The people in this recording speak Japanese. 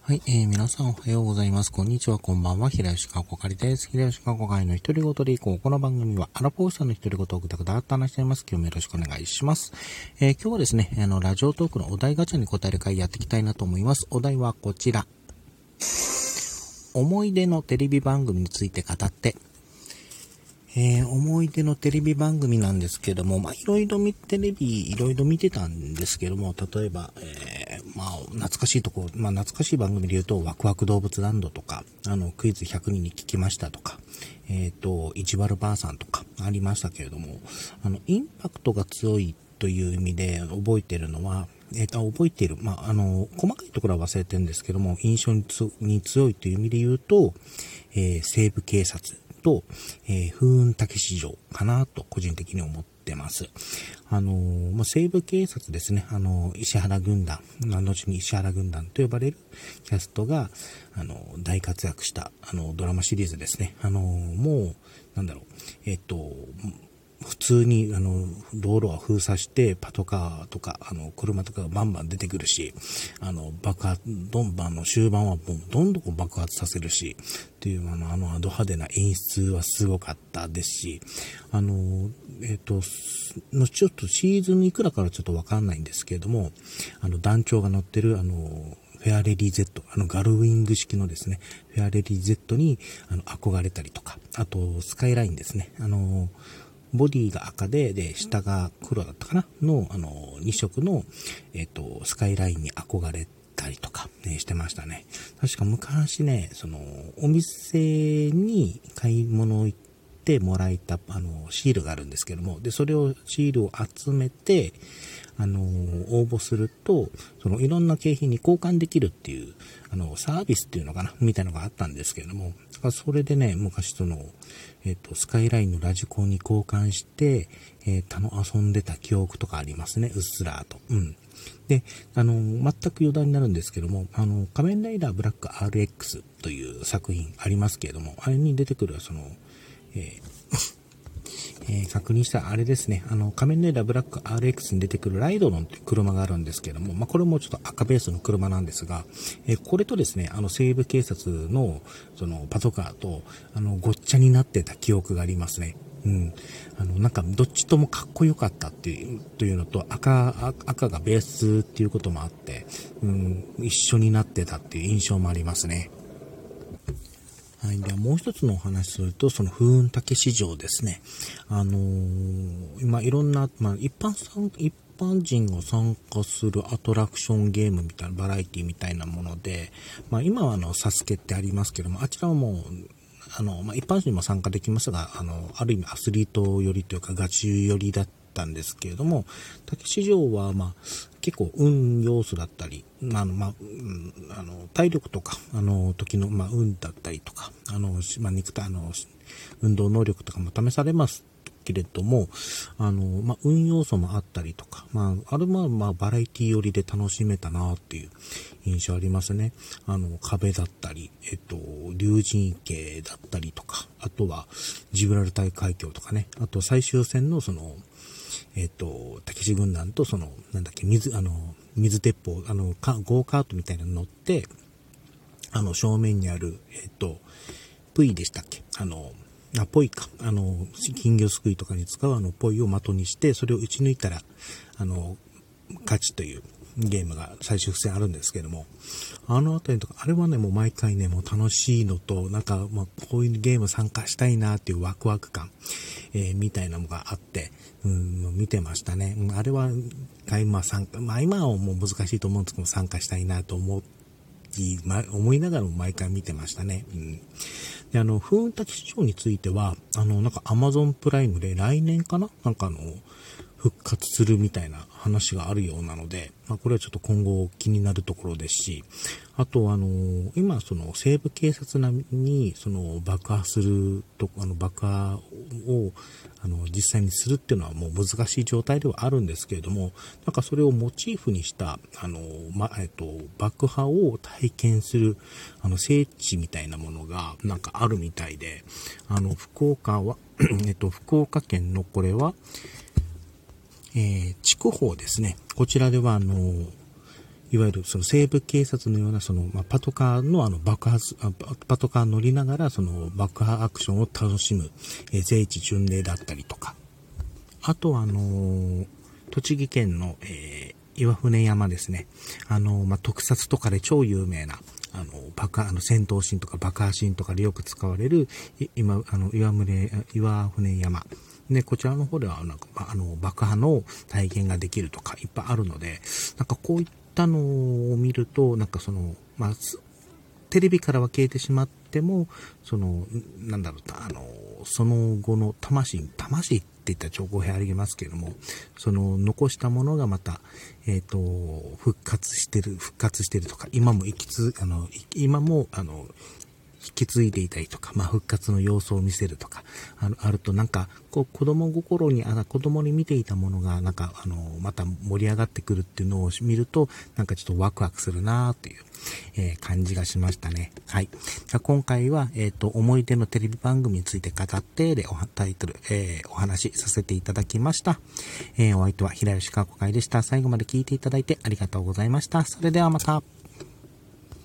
はい、皆さんおはようございます。こんにちは、こんばんは。平吉かこかりです。平吉かこかりの一人ごとでいこう。この番組はアラフォーさんの一人ごとをぐだぐだっと話しています。今日もよろしくお願いします。今日はですね、ラジオトークのお題ガチャに答える回やっていきたいなと思います。お題はこちら。思い出のテレビ番組について語って。思い出のテレビ番組なんですけども、いろいろテレビいろいろ見てたんですけども、例えば、懐かしいとこ、懐かしい番組で言うと、ワクワク動物ランドとか、クイズ100人に聞きましたとか、いちばるばあさんとかありましたけれども、インパクトが強いという意味で覚えているのは、細かいところは忘れてるんですけども、印象に強いという意味で言うと、西部警察と、風雲竹市場かなと個人的に思ってます。西部警察ですね、石原軍団、後に石原軍団と呼ばれるキャストが、大活躍した、ドラマシリーズですね。普通に、道路は封鎖して、パトカーとか、車とかがバンバン出てくるし、終盤はもうどんどん爆発させるし、っていう、ド派手な演出はすごかったですし、ちょっとシーズンいくらからちょっとわかんないんですけれども、団長が乗ってる、フェアレディ Z、ガルウィング式のですね、フェアレディ Z に、憧れたりとか、あと、スカイラインですね、ボディが赤で、下が黒だったかなの、2色の、スカイラインに憧れたりとか、してましたね。確か昔ね、お店に買い物行ってもらえた、シールがあるんですけども、で、シールを集めて、応募すると、いろんな景品に交換できるっていう、サービスっていうのかなみたいなのがあったんですけれども、それでね、昔スカイラインのラジコンに交換して、遊んでた記憶とかありますね、うっすらと。うん。で、全く余談になるんですけども、仮面ライダーブラック RX という作品ありますけれども、あれに出てくる、確認したあれですね、仮面ライダーブラック RX に出てくるライドロンという車があるんですけども、これもちょっと赤ベースの車なんですが、これとですね、西部警察の、パトカーと、ごっちゃになってた記憶がありますね。うん。どっちともかっこよかったというのと、赤がベースっていうこともあって、一緒になってたっていう印象もありますね。はい。ではもう一つのお話すると、風雲竹市場ですね。今いろんな、一般人が参加するアトラクションゲームみたいな、バラエティみたいなもので、今はサスケってありますけども、あちらはもう、一般人も参加できますが、ある意味アスリート寄りというか、ガチ寄りだったんですけれども、竹市場は、結構運要素だったり、体力とか、時の、運だったりとか、肉体、運動能力とかも試されますけれども、運要素もあったりとか、あれはバラエティ寄りで楽しめたなっていう印象ありますね。壁だったり、竜神池だったりとか、あとはジブラルタル海峡とかね、あと最終戦の竹志軍団と水鉄砲、ゴーカートみたいなの乗って、正面にある、プイでしたっけポイか。金魚すくいとかに使うポイを的にして、それを撃ち抜いたら、勝ちというゲームが最終戦あるんですけども、あのあたりとか、あれはね、もう毎回ね、もう楽しいのと、こういうゲーム参加したいなっていうワクワク感、みたいなのがあって、見てましたね。あれは、今はもう難しいと思うんですけど、参加したいなと思いながらも毎回見てましたね。で、風雲滝市場については、Amazon プライムで来年かな復活するみたいな話があるようなので、これはちょっと今後気になるところですし、あと今西部警察並みに爆破すると爆破を実際にするっていうのはもう難しい状態ではあるんですけれども、それをモチーフにした爆破を体験する聖地みたいなものがあるみたいで、福岡県のこれは筑豊ですね。こちらではいわゆるその西部警察のようなパトカーのパトカー乗りながら爆破アクションを楽しむ、聖地巡礼だったりとか、あと栃木県の、岩船山ですね。特撮とかで超有名な、戦闘シーンとか爆破シーンとかでよく使われる、岩船山。で、こちらの方では、爆破の体験ができるとかいっぱいあるので、こういったのを見ると、テレビからは消えてしまっても、その後の魂って言ったら超語弊ありますけれども、残したものがまた、復活してるとか、今も引き継いでいたりとか、復活の様子を見せるとか、あると子供に見ていたものが、また盛り上がってくるっていうのを見ると、ちょっとワクワクするなーっていう、感じがしましたね。はい。今回は、思い出のテレビ番組について語ってでタイトル、お話しさせていただきました。お相手は平吉川子会でした。最後まで聞いていただいてありがとうございました。それではまた。